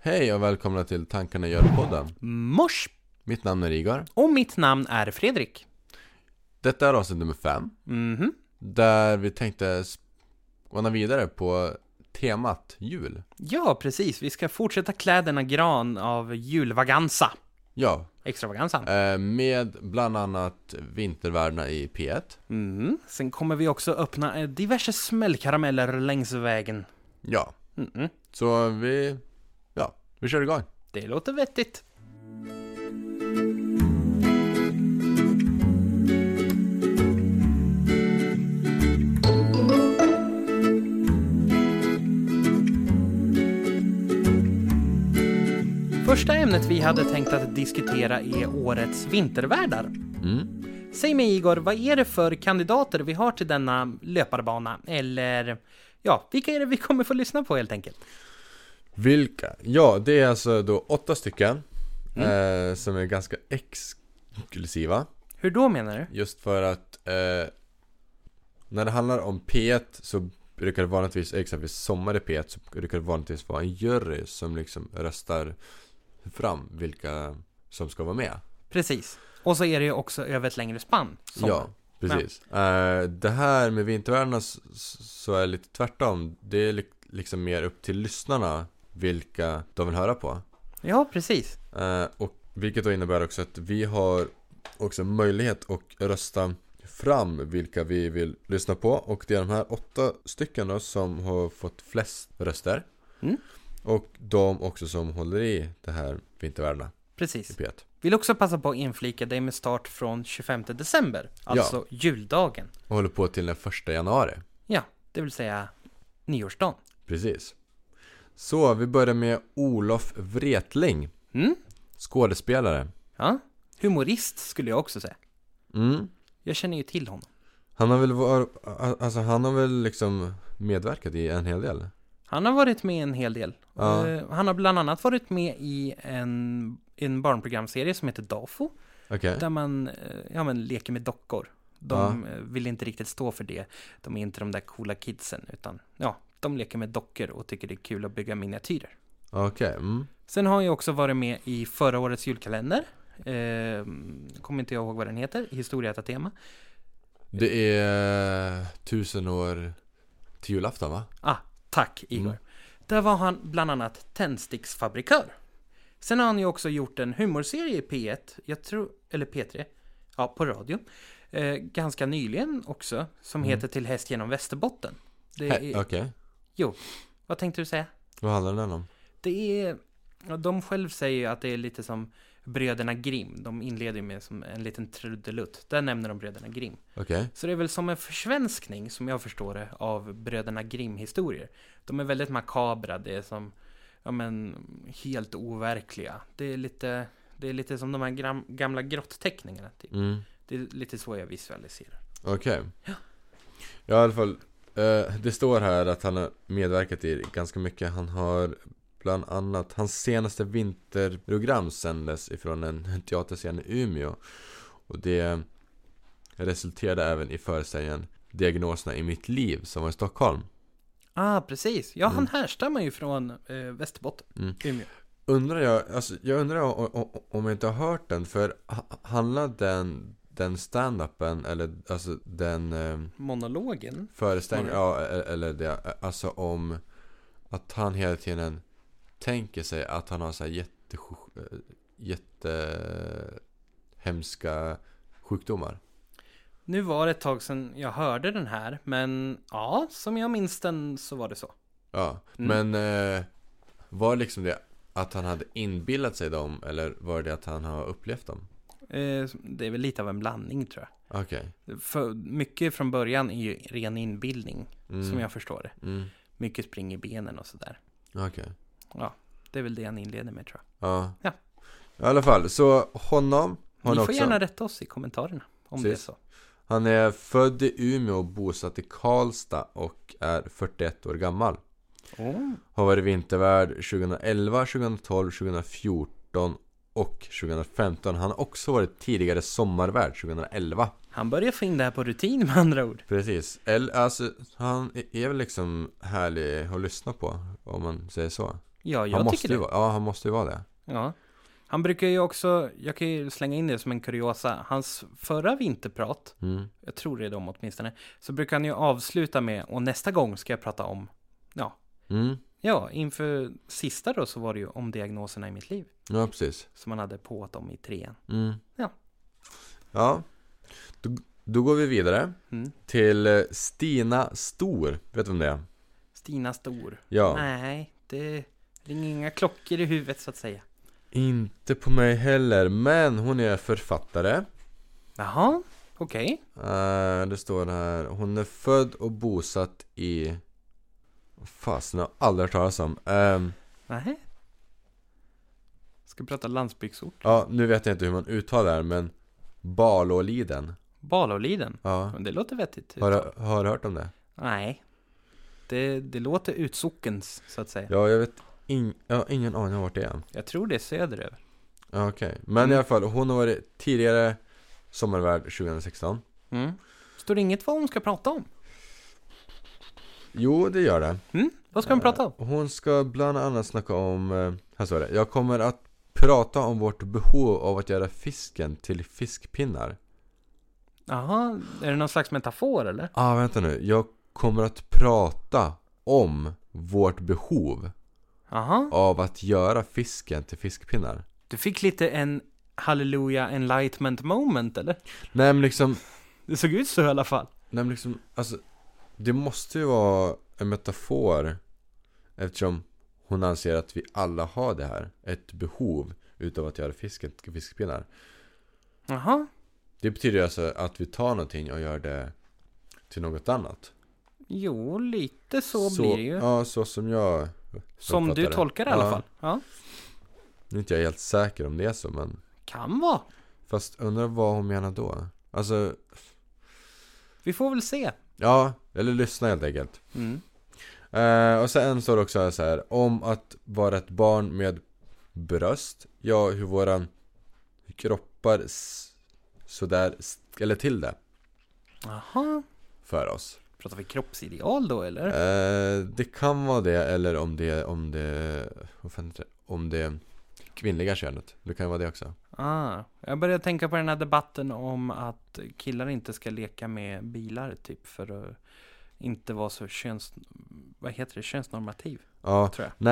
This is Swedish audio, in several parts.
Hej och välkomna till Tankarna gör-podden. Mors! Mitt namn är Igor. Och mitt namn är Fredrik. Detta är avsnitt nummer 5. Där vi tänkte spåna vidare på temat jul. Ja, precis. Vi ska fortsätta kläderna gran av julvaganza. Ja. Extravaganzan. Med bland annat vintervärdena i P1. Sen kommer vi också öppna diverse smällkarameller längs vägen. Ja. Så vi kör igång. Det låter vettigt. Första ämnet vi hade tänkt att diskutera är årets vintervärdar. Säg mig Igor, vad är det för kandidater vi har till denna löparbana? Eller, ja, vilka är det vi kommer få lyssna på helt enkelt? Vilka? Ja, det är alltså då 8 stycken som är ganska exklusiva. Hur då menar du? Just för att när det handlar om P1 så brukar det vanligtvis, exempelvis sommar i P1, så brukar det vanligtvis vara en jury som liksom röstar fram vilka som ska vara med. Precis. Och så är det ju också över ett längre spann. Ja, precis. Det här med vintervärdena så är det lite tvärtom. Det är liksom mer upp till lyssnarna vilka de vill höra på. Ja, precis. Och vilket då innebär också att vi har också möjlighet att rösta fram vilka vi vill lyssna på. Och det är de här 8 stycken då som har fått flest röster. Och de också som håller i det här vintervärdena. Precis. I P1. Vill också passa på att inflika det med start från 25 december. Alltså juldagen. Och håller på till den 1 januari. Ja, det vill säga nyårsdagen. Precis. Så vi börjar med Olof Wretling. Skådespelare. Ja, humorist skulle jag också säga. Jag känner ju till honom. Han har väl liksom medverkat i en hel del. Han har varit med en hel del. Ja. Han har bland annat varit med i en barnprogramserie som heter Dafo. Okay. Där man leker med dockor. De vill inte riktigt stå för det. De är inte de där coola kidsen. Utan de leker med dockor och tycker det är kul att bygga miniatyrer. Okej. Sen har jag också varit med i förra årets julkalender. Kommer inte jag ihåg vad den heter. Historieätartema. Det är 1000 år till julafton, va? Tack Igor. Där var han bland annat tändsticksfabrikör. Sen har han ju också gjort en humorserie i P1, eller P3, på radio. Ganska nyligen också, som heter Till häst genom Västerbotten. Okej. Jo, vad tänkte du säga? Vad handlar den om? Det är, de själv säger ju att det är lite som Bröderna Grimm. De inleder med som en liten trudelutt. Där nämner de Bröderna Grimm. Okej. Så det är väl som en försvenskning, som jag förstår det, av Bröderna Grimm-historier. De är väldigt makabra. Det är som helt overkliga. Det är lite som de här gamla grottteckningarna typ. Det är lite så jag visualiserar. Okej. Ja, i alla fall det står här att han har medverkat i ganska mycket. Han har bland annat, hans senaste vinterprogram sändes ifrån en teaterscen i Umeå. Och det resulterade även i föreställningen Diagnoserna i mitt liv som var i Stockholm. Precis. Ja, han härstammar ju från Västerbotten, Umeå. Jag undrar om jag inte har hört den. För handlar den stand-upen eller alltså den monologen? Föreställningen, eller det, alltså om att han hela tiden tänker sig att han har så här jättehemska sjukdomar. Nu var det ett tag sedan jag hörde den här, men ja, som jag minns den så var det så. Ja, men var liksom det att han hade inbillat sig dem, eller var det att han har upplevt dem? Det är väl lite av en blandning, tror jag. Okej. För mycket från början är ju ren inbildning, som jag förstår det. Mycket spring i benen och sådär. Okej. Ja, det är väl det han inleder med, tror jag. Ja. I alla fall, så honom har ni får också gärna rätta oss i kommentarerna om det är så. Han är född i Umeå och bosatt i Karlstad och är 41 år gammal. Har varit vintervärd 2011, 2012, 2014 och 2015. Han har också varit tidigare sommarvärd 2011. Han börjar få in det här på rutin, med andra ord. Precis. Alltså, han är väl liksom härlig att lyssna på, om man säger så. Ja, jag Han måste tycker ju det. vara, ja, han måste ju vara det. Ja. Han brukar ju också, jag kan ju slänga in det som en kuriosa, hans förra vinterprat, jag tror det är de åtminstone, så brukar han ju avsluta med, och nästa gång ska jag prata om, ja, inför sista då så var det ju om diagnoserna i mitt liv. Ja, precis. Som han hade på dem i 3:an. Ja. Då går vi vidare till Stina Stor. Vet du vem det är? Stina Stor. Ja. Nej, det ringer inga klockor i huvudet så att säga. Inte på mig heller, men hon är författare. Jaha, okej. Det står här, hon är född och bosatt i... Fasen, jag har aldrig hört talas om. Nej. Ska prata landsbygdsort. Ja, nu vet jag inte hur man uttalar det, men Balåliden. Balåliden? Ja. Det låter vettigt. Har du hört om det? Nej. Det låter utsockens, så att säga. Ja, jag vet jag har ingen aning om vart det är. Jag tror det är söderöver. Ja, okej. Men i alla fall, hon har varit tidigare sommarvärd 2016. Står det inget vad hon ska prata om? Jo, det gör det. Vad ska hon prata om? Hon ska bland annat snacka om... här står det. Jag kommer att prata om vårt behov av att göra fisken till fiskpinnar. Jaha, är det någon slags metafor eller? Vänta nu. Jag kommer att prata om vårt behov av att göra fisken till fiskpinnar. Du fick lite en Hallelujah enlightenment moment, eller? Nej, men liksom... Det såg ut så i alla fall. Nej, men liksom... Alltså, det måste ju vara en metafor, eftersom hon anser att vi alla har det här. Ett behov utav att göra fisken till fiskpinnar. Jaha. Det betyder alltså att vi tar någonting och gör det till något annat. Jo, lite så blir det ju. Ja, så som jag som du tolkar det i alla fall. Ja. Nu är inte jag helt säker om det är så, men... Kan vara. Fast undrar vad hon menar då. Alltså... Vi får väl se. Ja, eller lyssna helt enkelt. Och sen står det också så här: om att vara ett barn med bröst. Ja, hur våra kroppar sådär eller till det. Aha. För oss. Pratar vi kroppsideal då, eller? Det kan vara det, eller om det kvinnliga könet. Det kan vara det också. Jag började tänka på den här debatten om att killar inte ska leka med bilar typ för att inte vara så könsnormativ. Ja, tror jag.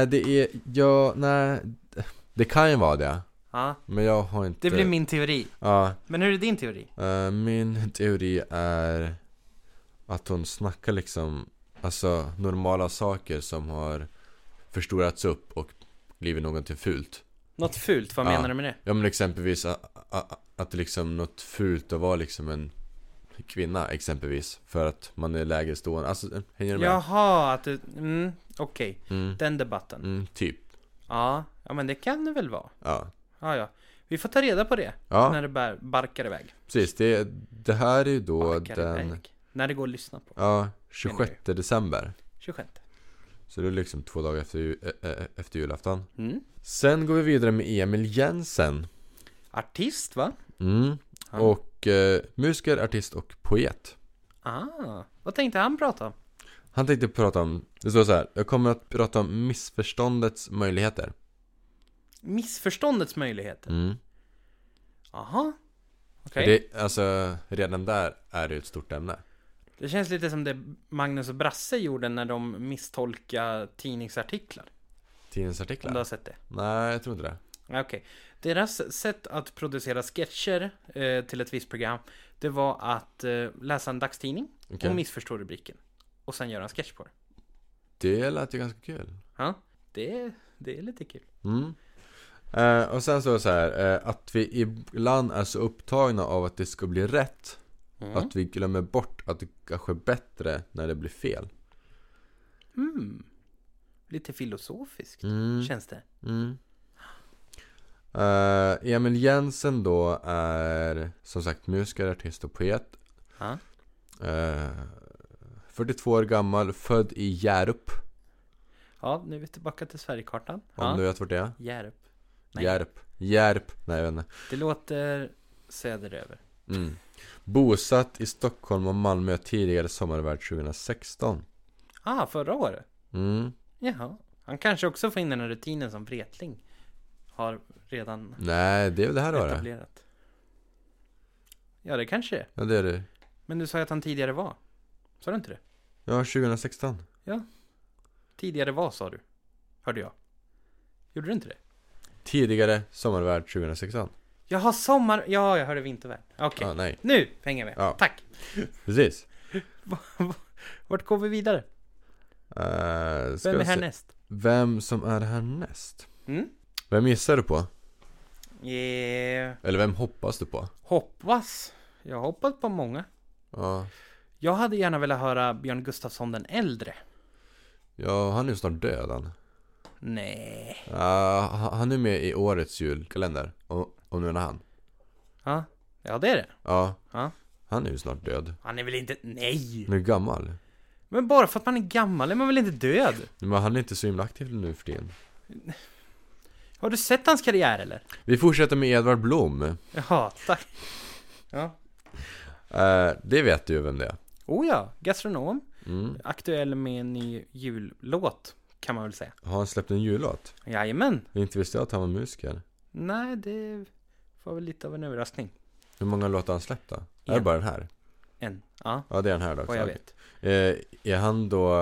Nej, det kan ju vara det. Ja. Men jag har inte... Det blir min teori. Ja. Men hur är din teori? Min teori är att hon snackar liksom, alltså normala saker som har förstorats upp och blivit någonting fult. Något fult, vad menar du med det? Ja, men exempelvis att det liksom något fult att vara liksom en kvinna exempelvis, för att man är lägre stående. Alltså, hänger du med? Jaha, att du... okej. Den debatten. Typ. Ja, men det kan det väl vara. Ja. Vi får ta reda på det när det barkar iväg. Precis, det här är ju då när det går att lyssna på. Ja, 26 december. 26. Så det är liksom 2 dagar efter julafton. Sen går vi vidare med Emil Jensen. Artist, va? Och musiker, artist och poet. Vad tänkte han prata om? Han tänkte prata om, det står så här: jag kommer att prata om missförståndets möjligheter. Missförståndets möjligheter? Aha. Okej. Det, alltså, redan där är det ett stort ämne. Det känns lite som det Magnus och Brasse gjorde när de misstolkade tidningsartiklar. Tidningsartiklar? Om du har sett det? Nej, jag tror inte det. Okej. Deras sätt att producera sketcher till ett visst program, det var att läsa en dagstidning och missförstå rubriken. Och sen göra en sketch på det. Det lät ju ganska kul. Ja, det är lite kul. Och sen så är det så här, att vi ibland är så upptagna av att det ska bli rätt, att vi glömmer bort att det kanske är bättre när det blir fel. Lite filosofiskt känns det. Emil Jensen då är som sagt musiker, artist och poet. 42 år gammal, född i Hjärup. Ja, nu är vi tillbaka till Sverigekartan. Om du vet vart det är? Hjärup. Hjärup. Nej, jag vet inte. Det låter söderöver. Bosatt i Stockholm och Malmö tidigare sommarvärd 2016. Förra året? Mm. Jaha. Han kanske också får in den här rutinen som Wretling har redan Nej, det är väl det här året. etablerat. Ja, det kanske är. Ja, det är det. Men du sa att han tidigare var. Sa du inte det? Ja, 2016. Tidigare var, sa du. Hörde jag. Gjorde du inte det? Tidigare sommarvärd 2016. Jaha, sommar. Ja, jag hörde vintervärd. Okej. Ja, nej. Nu hänger vi. Ja. Tack. Precis. Vart går vi vidare? Ska Vem är vi se. härnäst? Vem som är härnäst? Mm? Vem gissar du på? Yeah. Eller vem hoppas du på? Hoppas. Jag hoppas på många. Ja, Jag hade gärna velat höra Björn Gustafsson den äldre. ja han är ju snart död han. Nej. Han är med i årets julkalender. Och nu är han. Ja, det är det. Ja, Ja. han är ju snart död. Han är väl inte... Nej. Han är gammal. Men bara för att man är gammal är man väl inte död? Men han är inte så himla aktiv nu för tiden. Har du sett hans karriär eller? Vi fortsätter med Edvard Blom. Jaha, tack. Ja. Det vet du ju vem det är. Oh ja, gastronom. Mm. Aktuell med en ny jullåt, kan man väl säga. Har han släppt en jullåt? Jajamän. Inte visste jag att han var musiker. Nej, det var väl lite av en överraskning. Hur många låtar har han släppt då? Är det En. bara den här? En. Ja, Ja, det är den här då också. vad jag vet. Är han då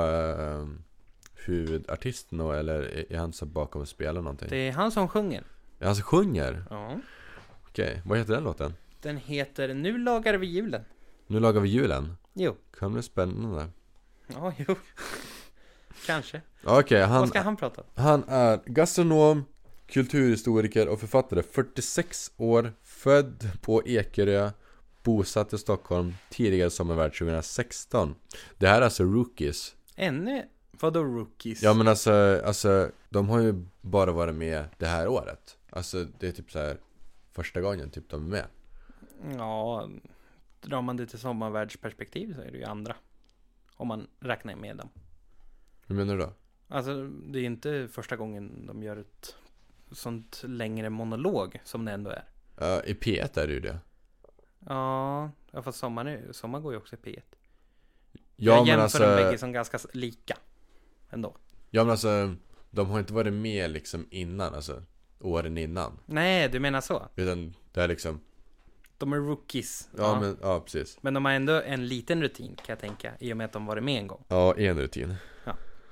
huvudartisten då? Eller är han så bakom och spelar någonting? Det är han som sjunger. Är han som sjunger? Ja. Okej, vad heter den låten? Den heter Nu lagar vi julen. Nu lagar vi julen. Jo. Kan bli spännande. Ja, jo. Kanske. Okej, Vad ska han prata om? han är gastronom, kulturhistoriker och författare. 46 år, född på Ekerö, bosatt i Stockholm, tidigare sommarvärd 2016. Det här är alltså rookies. Vadå rookies? Ja men alltså de har ju bara varit med det här året. Alltså det är typ så här första gången typ de är med. Ja, drar man det till sommarvärldsperspektiv så är det ju andra. Om man räknar med dem. Hur menar du då? Alltså, det är inte första gången de gör ett sånt längre monolog som det ändå är. I P1 är det ju det. Ja, fast sommar går ju också i P1. Ja Jag men jämför alltså dem bägge som ganska lika ändå. Ja men alltså de har inte varit med liksom innan, alltså åren innan. Nej, du menar så? Utan det är liksom De är rookies. Ja men, ja precis. Men de har ändå en liten rutin, kan jag tänka, i och med att de varit med en gång. Ja, en rutin. Ja.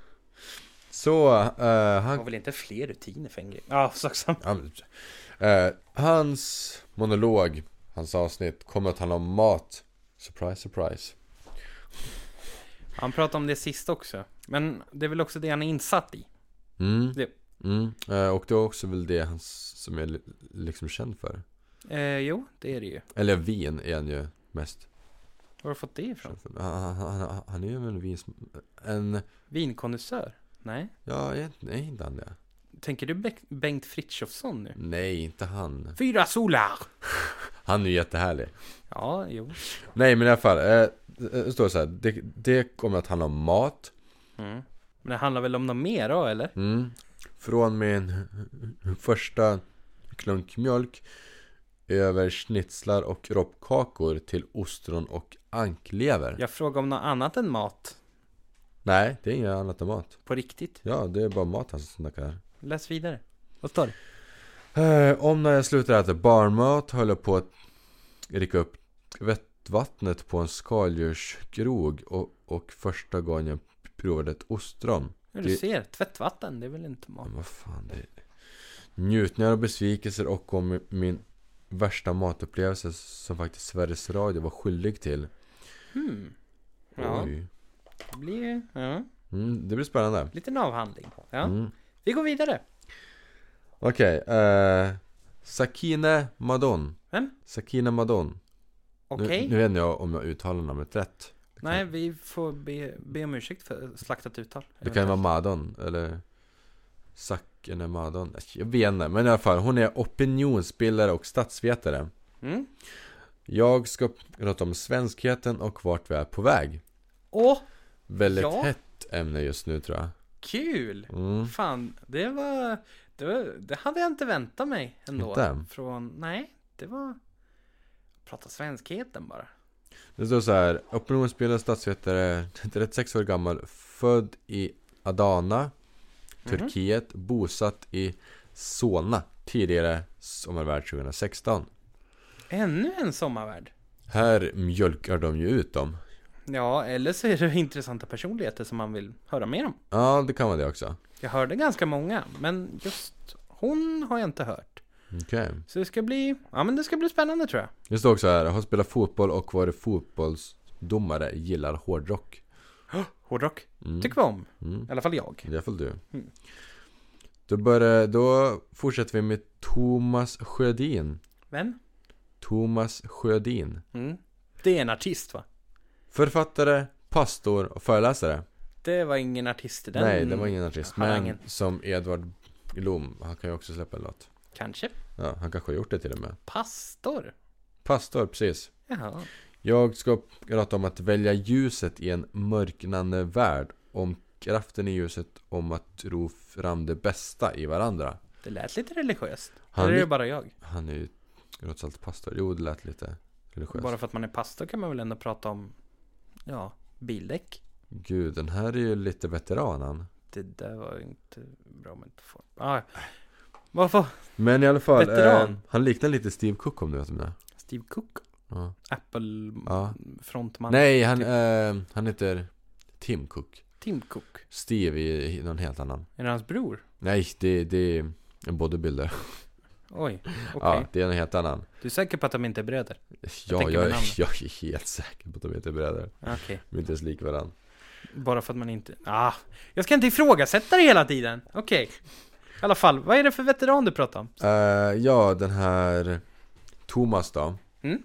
Så, Han han... har väl inte fler rutiner för en grej? Ja, sak samma. Ja, men, hans monolog, hans avsnitt kommer att handla om mat. Surprise, surprise. Han pratar om det sist också. Men det är väl också det han är insatt i. Det. Och det är också väl det han som är liksom känd för. Jo, det är det ju. Eller vin är han ju mest. Var har du fått det ifrån? Han är ju väl en... Vinkondensör? Nej. Ja, nej, inte han det. Tänker du Bengt Frithiofsson nu? Nej, inte han. 4 solar! Han är ju jättehärlig. Ja, jo. Nej, men i alla fall. Det står så här. Det kommer att handla om mat. Men det handlar väl om något mer då, eller? Från min första klunk mjölk över schnitzlar och roppkakor till ostron och anklever. Jag frågar om något annat än mat. Nej, det är inget annat än mat. På riktigt? Ja, det är bara mat han som snackar. Läs vidare. Vad står det? Om när jag slutar äta barnmat höll jag på att ricka upp vattnet på en skaldjursgrog och första gången jag provade ett ostron. Ja, du ser, tvättvatten, det är väl inte mat? Men vad fan, det är... Njutningar och besvikelser och om min värsta matupplevelse som faktiskt Sveriges Radio var skyldig till. Ja. Oj. Det blir, ja. Det blir spännande. Liten avhandling. Ja. Vi går vidare. Okej, Sakine Madon. Vem? Sakine Madon. Okej. Nu vet jag om jag uttalar namnet rätt. Nej, vi får be om ursäkt för slaktat uttal. Det kan ju vara Madon eller Sakine Madon. Jag vet inte, men i alla fall hon är opinionsbildare och statsvetare. Jag ska prata om svenskheten och vart vi är på väg. Väldigt hett ämne just nu, tror jag. Kul! Fan, det hade jag inte väntat mig ändå. Inte? Nej, det var prata svenskheten bara. Det står så här: opinionsbildare, statsvetare, 36 år gammal, född i Adana, Turkiet, bosatt i Solna, tidigare sommarvärd 2016. Ännu en sommarvärd. Här mjölkar de ju ut dem. Ja, eller så är det intressanta personligheter som man vill höra mer om. Ja, det kan vara det också. Jag hörde ganska många, men just hon har jag inte hört. Okej. Så det ska bli spännande tror jag. Det står också här, har spelat fotboll och varit fotbollsdomare, gillar hårdrock. Hårdrock. Tycker vi om. Mm. I alla fall jag. Det är väl du. Mm. Då fortsätter vi med Thomas Sjödin. Vem? Thomas Sjödin. Det är en artist va? Författare, pastor och föreläsare. Det var ingen artist i den. Nej, det var ingen artist. Men harangen. som Edvard Blom, han kan ju också släppa en låt. Kanske. Ja, han kanske har gjort det till och med. Pastor. Pastor, precis. Jaha. Jag ska prata om att välja ljuset i en mörknande värld. Om kraften i ljuset, om att ro fram det bästa i varandra. Det lät lite religiöst. Han Eller är är- det bara jag? Han är ju trots allt pastor. Jo, det lät lite religiöst. Bara för att man är pastor kan man väl ändå prata om, ja, bildäck. Gud, den här är ju lite veteranen. Det där var inte bra metafor. Varför? Men i alla fall, Veteran. han liknar lite Steve Cook om du vet om det. Steve Cook? Ja. Apple frontman. Nej, han heter Tim Cook. Tim Cook. Steve är någon helt annan. Är det hans bror? Nej, det är en bodybuilder. Oj, okej. Ja, det är en helt annan. Du är säker på att de inte är bröder? Ja, tänker jag med namnet. är helt säker på att de inte är bröder. Okej. De är inte ens lik varandra. Bara för att man inte... jag ska inte ifrågasätta det hela tiden. Okej. I alla fall, vad är det för veteran du pratar om? Ja, den här Thomas då.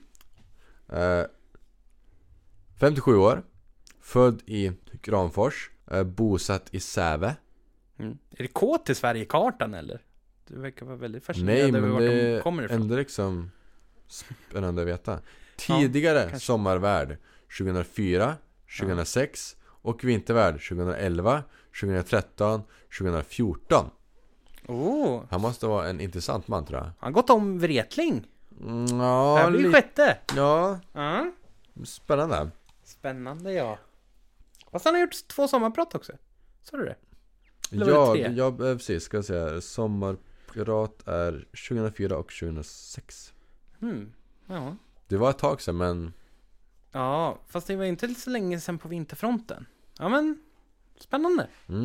57 år. Född i Granfors. Bosatt i Säve. Är det K till Sverigekartan eller? Du verkar vara väldigt fascinerad Nej, över men vart det de kommer är ifrån. ändå liksom spännande att veta. Tidigare kanske. sommarvärd 2004, 2006 och vintervärd 2011, 2013, 2014. Han måste vara en intressant man tror jag. Han har gått om Wretling. Det Ja, här blir sjätte. ja, Ja. spännande. Spännande, ja. Fast han har gjort 2 sommarprat också. Sa du det? Eller var det 3? Ja, precis. Ska jag säga. Sommarprat är 2004 och 2006. Ja. Det var ett tag sedan, men... Ja, fast det var inte så länge sedan på vinterfronten. Ja, men spännande.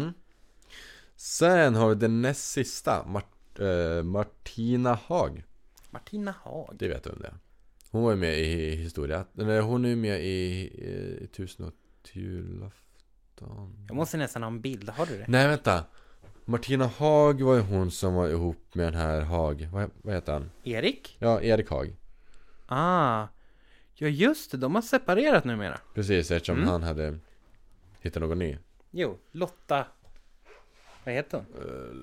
Sen har vi den näst sista. Martina Haag. Martina Haag. Det vet du om det. Hon var ju med i historia. Eller hon är ju med i Tusen och ett julafton. Jag måste nästan ha en bild. Har du det? Nej, vänta. Martina Haag var ju hon som var ihop med den här Haag. Vad heter han? Erik? Ja, Erik Haag. Ja just det, de har separerat numera. Precis, eftersom han hade hittat någon ny. Jo, Lotta. Vad heter hon?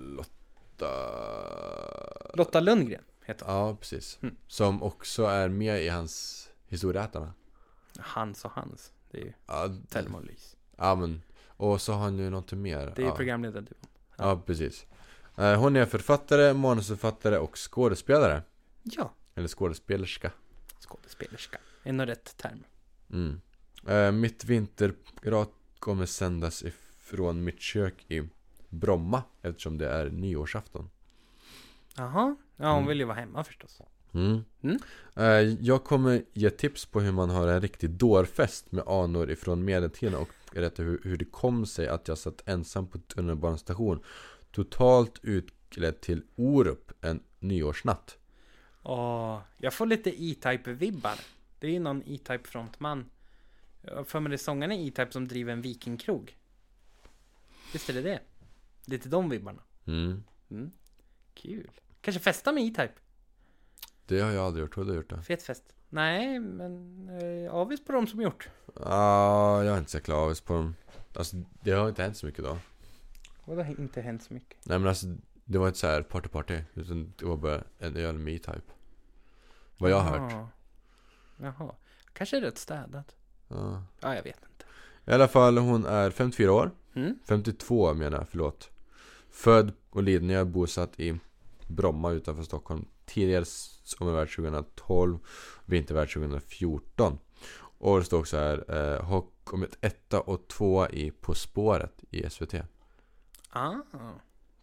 Lotta Lundgren heter hon. Ja, precis. Som också är med i hans historieätarna. Hans och hans. Det är ju Ja, Thelma och Louise. ja, men. Och så har han ju något mer. Det är ju ja. programledaren. Ja, precis. Hon är författare, manusförfattare och skådespelare. Ja, Eller skådespelerska. skådespelerska. En och rätt term. Mitt vinterprat kommer sändas ifrån mitt kök i Bromma. Eftersom det är nyårsafton. Jaha, ja hon vill ju vara hemma förstås. Jag kommer ge tips på hur man har en riktig dårfest med anor ifrån medeltiden och berätta hur det kom sig att jag satt ensam på tunnelbanestation totalt utklädd till Orup en nyårsnatt. Jag får lite E-Type-vibbar. Det är ju någon E-Type frontman. Jag för mig det är sångaren i E-Type som driver en vikingkrog. Visst är det? Lite de vibbarna. Kul. Kanske festa med E-Type. Det har jag aldrig gjort. Har du gjort det? Fet fest. Nej, men avis på dem som gjort. Ja, jag är inte så klar avis på dem. Alltså, det har inte hänt så mycket då. Och det har inte hänt så mycket. Nej, men alltså, det var inte så här party. Utan det var bara en öl med E-Type. Vad jag har hört. Jaha. Kanske är rätt städat. Ja. Ja, jag vet inte. I alla fall, hon är 54 år. 52 menar jag, förlåt. Född och lidande, bosatt i Bromma utanför Stockholm. Tidigare sommarvärd 2012, vintervärd 2014. Och det står också här, har kommit 1 och 2 i På spåret i SVT.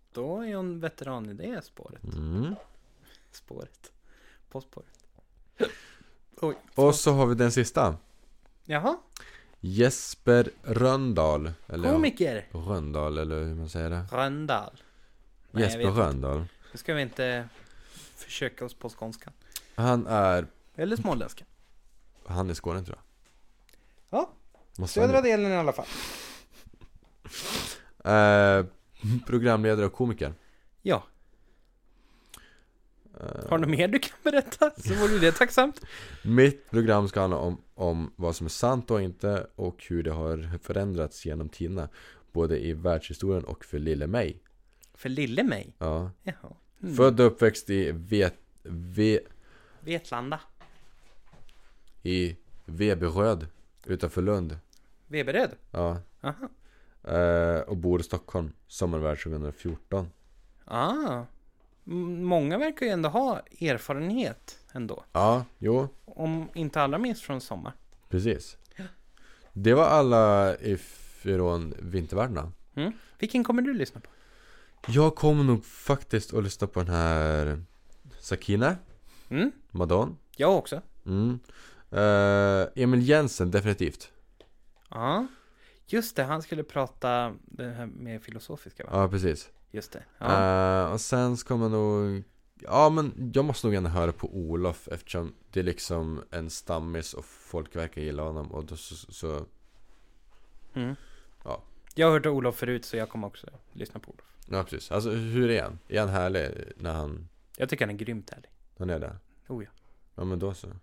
Då är hon veteran i det spåret. Spåret. På spåret. Oj, och så har vi den sista. Jaha. Jesper Rönndahl. Eller Komiker. Rönndahl, eller hur man säger det. Rönndahl. Nej, Jesper Rönndahl. Nu ska vi inte försöka oss på skånskan. Han är... Eller småländska. Han är Skåne, tror jag. Ja, Måste södra delen i alla fall. Programledare och komiker. Ja. Har du mer du kan berätta? Så vore det tacksamt. Mitt program ska handla om vad som är sant och inte, och hur det har förändrats genom tiderna, både i världshistorien och för lille mig. För lille mig? Ja. Jaha. Född och uppväxt i Vetlanda. i Veberöd utanför Lund. Veberöd? Ja. Aha. Och bor i Stockholm, sommarvärd 2014. Många verkar ju ändå ha erfarenhet ändå. Ja, jo. Om inte allra minst från sommar. Precis. Det var alla ifrån vintervärdena. Vilken kommer du lyssna på? Jag kommer nog faktiskt att lyssna på den här Sakina. Madonna. Jag också. Emil Jensen, definitivt. Ja. Just det, han skulle prata det här med filosofiska, va? Ja, precis. Just det. Ja. Och sen kommer nog... Ja, men jag måste nog gärna höra på Olof, eftersom det är liksom en stammis och folk verkar gilla honom. Och då så... Ja. Jag har hört Olof förut, så jag kommer också lyssna på Olof. Ja, precis. Alltså, hur är han? Är han härlig när han... Jag tycker han är grymt härlig. Han är det? Oh ja. Ja, men då så.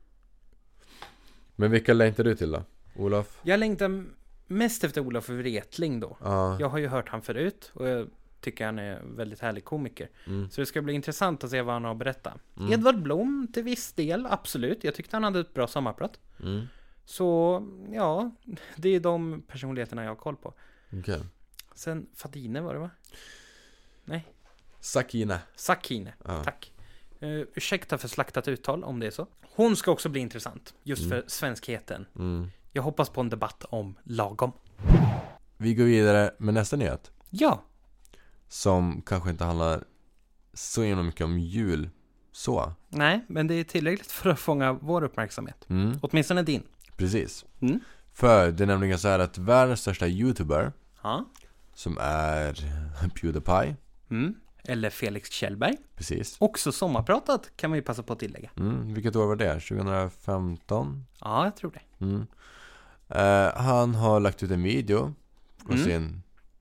Men vilka längtar du till då? Olof? Jag längtar mest efter Olof Wretling då. Ja. Jag har ju hört han förut och jag tycker han är väldigt härlig komiker. Så det ska bli intressant att se vad han har att berätta. Edvard Blom till viss del, absolut. Jag tyckte han hade ett bra sommarprat. Så, ja, det är de personligheterna jag har koll på. Okej. Sen Fadine var det, va? Nej. Sakine. Ja. Tack. Ursäkta för slaktat uttal om det är så. Hon ska också bli intressant, just för svenskheten. Jag hoppas på en debatt om lagom. Vi går vidare med nästa nyhet. Ja. Som kanske inte handlar så himla mycket om jul. Så. Nej, men det är tillräckligt för att fånga vår uppmärksamhet. Åtminstone din. Precis. För det är nämligen så här att världens största YouTuber, som är PewDiePie, eller Felix Kjellberg. precis. Också sommarpratat kan man ju passa på att tillägga. Vilket år var det? 2015? Ja, jag tror det. Han har lagt ut en video på sin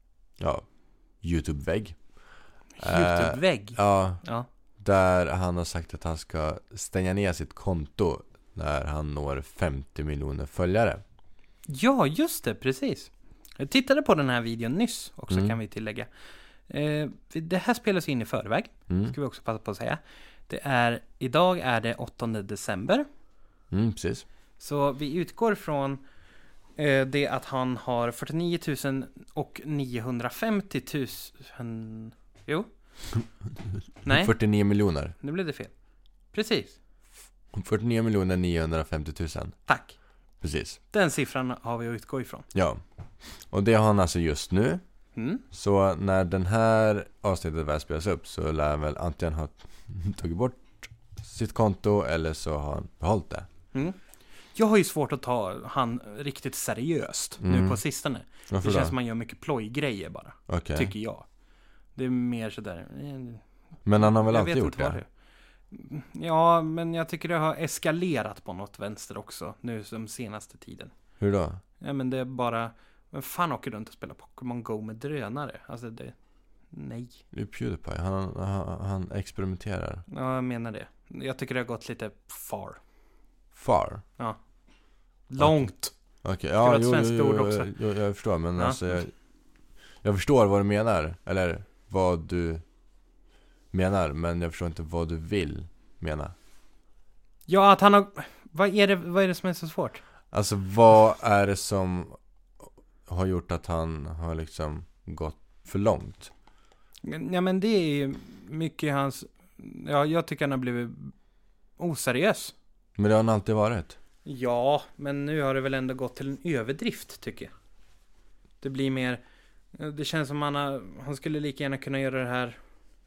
YouTube-vägg. YouTube-vägg? Ja. Ja. Där han har sagt att han ska stänga ner sitt konto när han når 50 miljoner följare. Ja, just det, precis. Jag tittade på den här videon nyss också, kan vi tillägga. Det här spelas in i förväg, ska vi också passa på att säga. Idag är det 8 december. Precis. Så vi utgår från det att han har 49 000 och 950 000... Jo. Nej. 49 miljoner. Nu blev det fel. Precis. 49 miljoner 950 000. Tack. Precis. Den siffran har vi att utgå ifrån. Ja. Och det har han alltså just nu. Så när den här avsnittet väl spelas upp så lär han väl antingen ha tagit bort sitt konto eller så har han behållit det. Jag har ju svårt att ta han riktigt seriöst nu på sistone. Varför det känns då? som man gör mycket plojgrejer bara. Okay. Tycker jag. Det är mer sådär... Men han har väl alltid gjort det? Ja, men jag tycker det har eskalerat på något vänster också nu som senaste tiden. Hur då? Ja, men det är bara... Men fan åker runt och spelar Pokémon Go med drönare? Alltså det... Nej. Det är PewDiePie. Han experimenterar. Ja, jag menar det. Jag tycker det har gått lite far. Far? Ja. Långt. Okej. Ja, jag förstår. Men ja. alltså jag förstår vad du menar. Eller vad du menar. Men jag förstår inte vad du vill mena. Ja, att han har... Vad är det som är så svårt? Alltså, vad är det som har gjort att han har liksom gått för långt? Ja, men det är ju mycket hans... Ja, jag tycker han har blivit oseriös. Men det har han alltid varit. Ja, men nu har det väl ändå gått till en överdrift, tycker jag. Det blir mer... Det känns som han skulle lika gärna kunna göra det här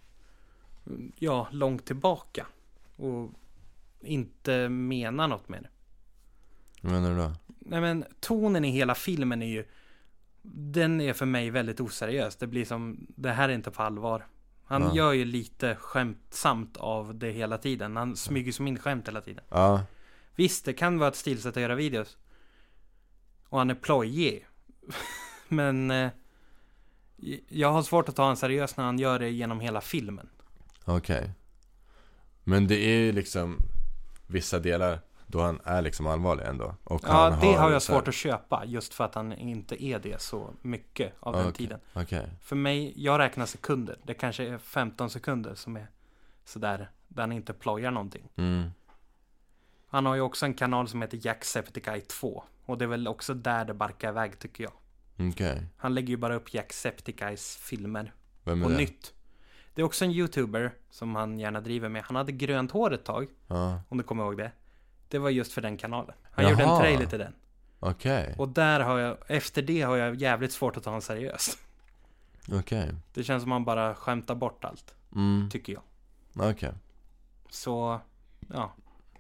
långt tillbaka. Och inte mena något med det. Vad menar du då? Nej, men tonen i hela filmen är ju, den är för mig väldigt oseriös. Det blir som, det här är inte på allvar. Han gör ju lite skämtsamt av det hela tiden. Han smyger som in skämt hela tiden. Ja. Visst, det kan vara ett stilsätt att göra videos. Och han är plojig. Men jag har svårt att ta han seriöst när han gör det genom hela filmen. Okej. Men det är ju liksom vissa delar då han är liksom allvarlig ändå. Och Ja, det har jag svårt att köpa. Just för att han inte är det så mycket av den tiden. Okej. För mig, jag räknar sekunder. Det kanske är 15 sekunder som är sådär, där han inte plojar någonting. Mm. Han har ju också en kanal som heter Jacksepticeye 2. Och det är väl också där det barkar iväg, tycker jag. Okej. Han lägger ju bara upp Jacksepticeyes filmer. Vem är Och det? nytt. Det är också en YouTuber som han gärna driver med. Han hade grönt hår ett tag, Ja. om du kommer ihåg det. Det var just för den kanalen. Han Jaha. gjorde en trailer till den. Okej. Och där har jag, efter det har jag jävligt svårt att ta honom seriöst. Okej. Det känns som man bara skämtar bort allt, tycker jag. Okej. Så, ja.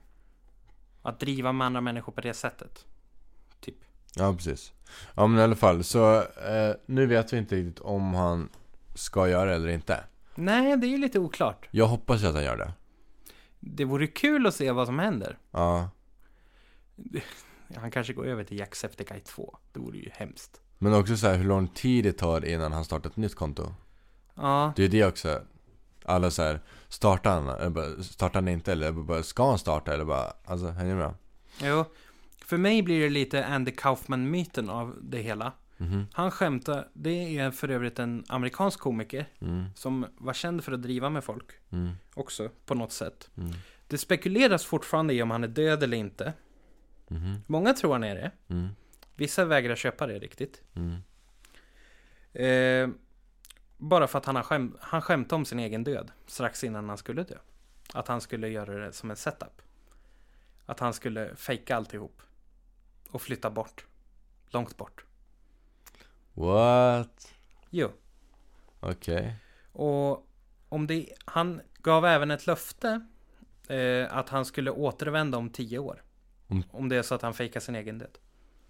Att driva med andra människor på det sättet. Typ. Ja, precis. Ja, men i alla fall. Så nu vet vi inte riktigt om han ska göra det eller inte. Nej, det är ju lite oklart. Jag hoppas att han gör det. Det vore kul att se vad som händer. Ja. Han kanske går över till Jacksepticeye 2. Det vore ju hemskt. Men också så här, hur lång tid det tar innan han startar ett nytt konto. Ja. Det är det också. Alla så här, startar han inte, eller bara, ska han starta, eller bara, alltså, hänger med? Jo. För mig blir det lite Andy Kaufman-myten av det hela. Han skämtar, det är för övrigt en amerikansk komiker som var känd för att driva med folk också, på något sätt. Det spekuleras fortfarande i om han är död eller inte. Många tror han är det. Vissa vägrar köpa det riktigt. Bara för att han skämtade om sin egen död strax innan han skulle dö. Att han skulle göra det som en setup. Att han skulle fejka alltihop och flytta bort. Långt bort. What? Jo. Okej. Och han gav även ett löfte att han skulle återvända om 10 år. Om det är så att han fejkar sin egen död.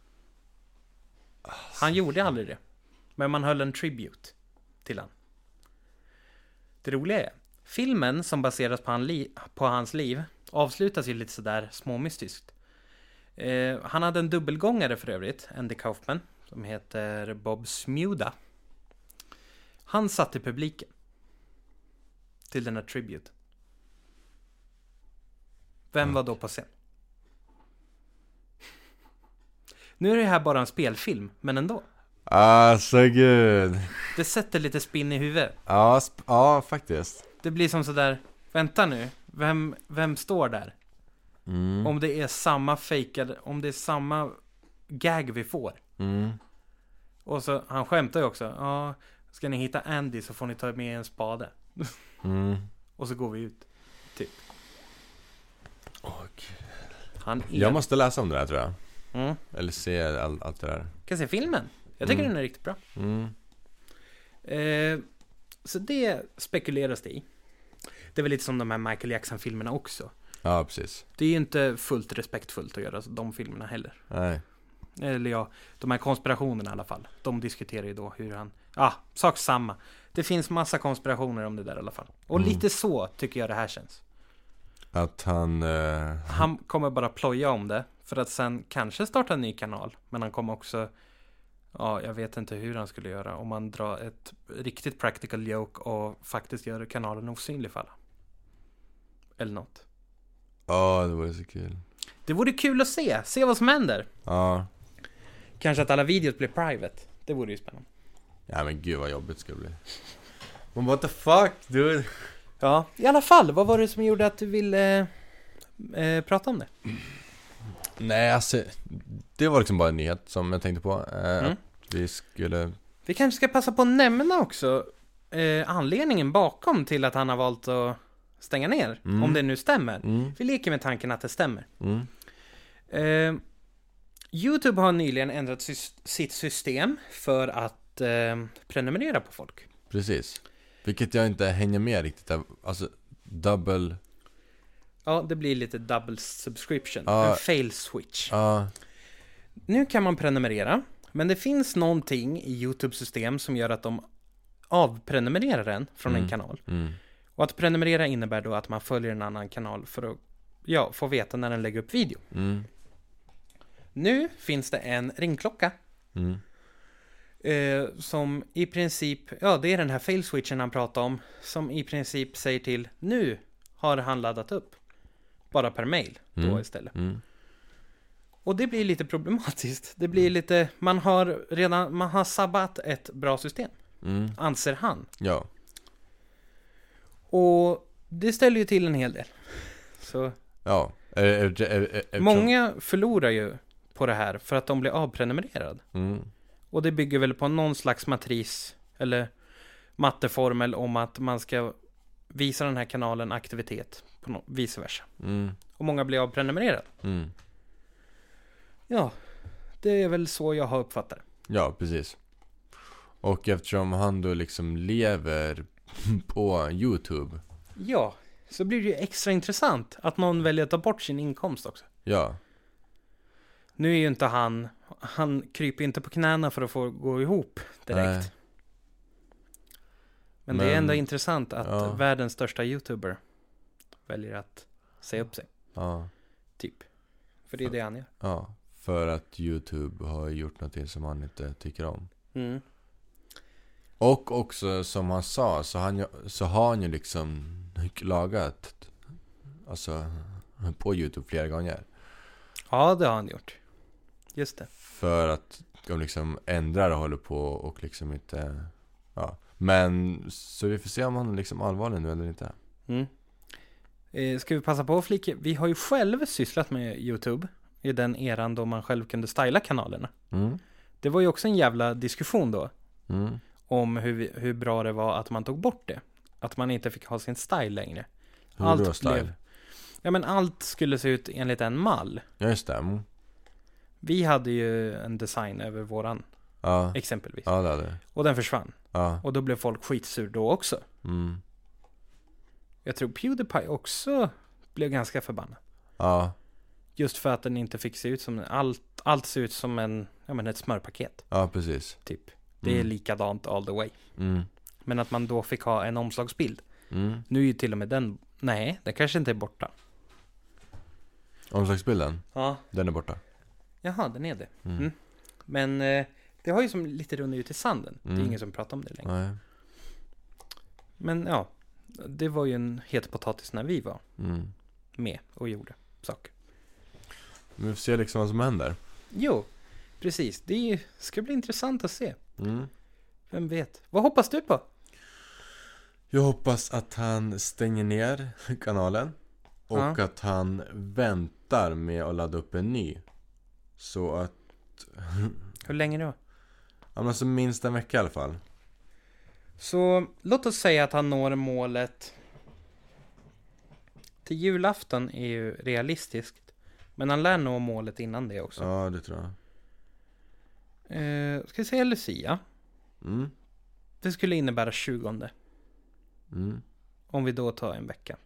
Han gjorde aldrig det. Men man höll en tribute till han. Det roliga är, filmen som baseras på hans liv avslutas ju lite sådär småmystiskt. Han hade en dubbelgångare för övrigt, Andy Kaufman, som heter Bob Smuda. Han satt i publiken till den här tribute. Vem var då på scen? Nu är det här bara en spelfilm, men ändå. Alltså gud. Det sätter lite spinn i huvudet. Ja, faktiskt. Det blir som sådär, vänta nu, vem står där? Om det är samma fejkade, om det är samma gag vi får. Och så, han skämtar ju också. Ja, ska ni hitta Andy så får ni ta med en spade. Och så går vi ut. Typ. Jag måste läsa om det där, tror jag. Eller se allt det där. Kan se filmen. Jag tycker den är riktigt bra. Så det spekuleras det i. Det är väl lite som de här Michael Jackson-filmerna också. Ja, precis. Det är ju inte fullt respektfullt att göra de filmerna heller. Nej. Eller ja, de här konspirationerna i alla fall. De diskuterar ju då hur han... sak samma. Det finns massa konspirationer om det där i alla fall. Och lite så tycker jag det här känns. Att han... Han kommer bara ploja om det. För att sen kanske starta en ny kanal. Men han kommer också... Ja, jag vet inte hur han skulle göra. Om man drar ett riktigt practical joke och faktiskt gör kanalen osynlig för alla. Eller något. Ja, det vore så kul. Det vore kul att se. Se vad som händer. Ja. Kanske att alla videos blir private. Det vore ju spännande. Ja, men gud vad jobbigt det skulle bli. Men what the fuck, dude? Ja, i alla fall. Vad var det som gjorde att du ville prata om det? Nej, alltså det var liksom bara en nyhet som jag tänkte på. Att vi kanske ska passa på att nämna också anledningen bakom till att han har valt att stänga ner. Om det nu stämmer. Vi leker med tanken att det stämmer. YouTube har nyligen ändrat sitt system för att att prenumerera på folk. Precis. Vilket jag inte hänger med riktigt. Alltså, double... Ja, det blir lite double subscription. Ja. En fail switch. Ja, Nu kan man prenumerera. Men det finns någonting i YouTube-system som gör att de avprenumererar den från en kanal. Och att prenumerera innebär då att man följer en annan kanal för att få veta när den lägger upp video. Nu finns det en ringklocka. Som i princip, det är den här fail switchen han pratar om, som i princip säger till, nu har han laddat upp. Bara per mail då istället. Och det blir lite problematiskt. Det blir lite, man har sabbat ett bra system. Anser han. ja. Och det ställer ju till en hel del. Så Ja. många förlorar ju på det här för att de blir avprenumererade. Och det bygger väl på någon slags matris eller matteformel om att man ska visa den här kanalen aktivitet på vice versa. Och många blir avprenumererade. Ja, det är väl så jag har uppfattat det. Ja, precis. Och eftersom han då liksom lever på YouTube. Ja, så blir det ju extra intressant att någon väljer att ta bort sin inkomst också. Ja. Nu är ju inte han kryper inte på knäna för att få gå ihop direkt. Nej. Men det är ändå intressant att världens största YouTuber väljer att säga upp sig. Ja. Typ. För det är det han gör. Ja. För att YouTube har gjort någonting som han inte tycker om. Och också som han sa så har han ju liksom lagat alltså på YouTube flera gånger. Ja, det har han gjort. Just det. För att de liksom ändrar och håller på och liksom inte... Ja. Men så vi får se om han är liksom allvarlig nu eller inte. Ska vi passa på att flika? Vi har ju själv sysslat med YouTube i den eran då man själv kunde styla kanalerna. Det var ju också en jävla diskussion då. Om hur bra det var att man tog bort det. Att man inte fick ha sin style längre. Allt style? Ja, men allt skulle se ut enligt en mall. Ja, just det. Vi hade ju en design över våran. Ja. Exempelvis. Ja, det hade. Och den försvann. Ja. Och då blev folk skitsur då också. Jag tror PewDiePie också blev ganska förbannad. Ja. Just för att den inte fick se ut som... Allt ser ut som ett smörpaket. Ja, precis. Typ. Det är likadant all the way. Men att man då fick ha en omslagsbild. Nu är ju till och med den... Nej, den kanske inte är borta. Omslagsbilden? Ja. Den är borta. Jaha, den är det. Men det har ju som lite runnit ut i sanden. Det är ingen som pratar om det längre. Nej. Men ja, det var ju en het potatis när vi var med och gjorde saker. Men vi får se liksom vad som händer. Jo, precis. Det ska bli intressant att se. Vem vet? Vad hoppas du på? Jag hoppas att han stänger ner kanalen. Och att han väntar med att ladda upp en ny. Så att... Hur länge då? Ja, men alltså minst en vecka i alla fall. Så låt oss säga att han når målet. Till julafton är ju realistiskt. Men han lär nå målet innan det också. Ja, det tror jag. Ska vi säga Lucia? Det skulle innebära 20. Om vi då tar en vecka.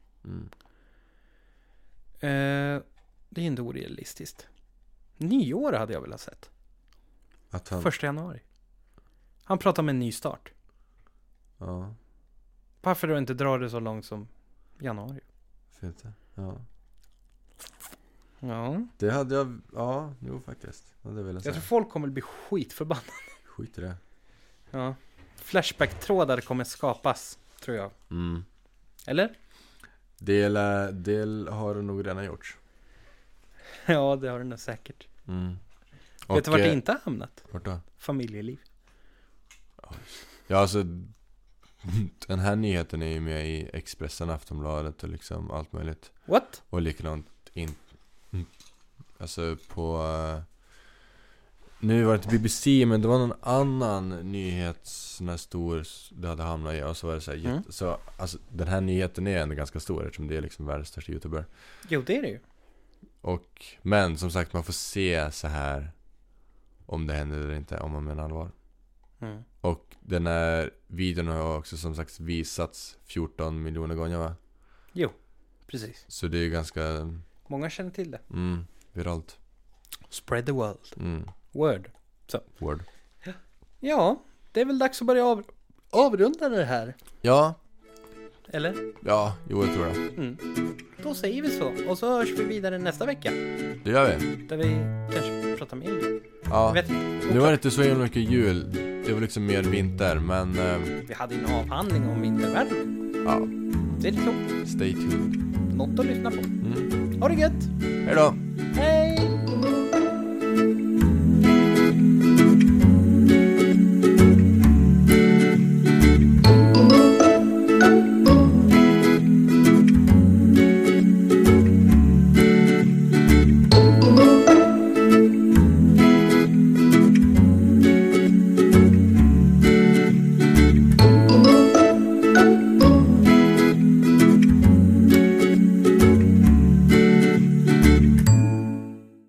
Det är inte orealistiskt. Nyår hade jag väl ha sett. Att han... 1 januari. Han pratar om en ny start. Ja. Varför då inte dra det så långt som januari? Fint. Ja. Ja. Det hade jag... Ja, jo faktiskt. Det vill jag säga. Jag tror folk kommer bli skitförbannade. Skit i det. Ja. Flashback-trådar kommer skapas, tror jag. Eller? Del har det nog redan gjorts. Ja, det har den säkert. Och, vet du vart det inte har hamnat? Vart då? Familjeliv. Ja, alltså den här nyheten är ju med i Expressen, Aftonbladet och liksom allt möjligt. What? Och likadant alltså på nu var det inte BBC, men det var någon annan nyhet sån här stor det hade hamnat i, och så var det så här, så alltså den här nyheten är ändå ganska stor eftersom det är liksom världens största YouTuber. Jo, det är det ju. Men som sagt, man får se så här om det händer eller inte, om man menar allvar. Och den här videon har också som sagt visats 14 miljoner gånger, va? Jo, precis. Så det är ganska... Många känner till det. Viralt. Spread the world. Word. Så. Word. Ja, det är väl dags att börja avrunda det här. Ja. Eller? Ja, jo, jag tror det. Då säger vi så. Och så hörs vi vidare nästa vecka. Det gör vi. Där vi kanske pratar mer jul. Ja. Jag vet inte. Nu var det inte så himla mycket jul. Det var liksom mer vinter, men... Vi hade en avhandling om vintervärme. Ja. Det är så. Stay tuned. Något att lyssna på. Ha det gött. Hej då. Hej.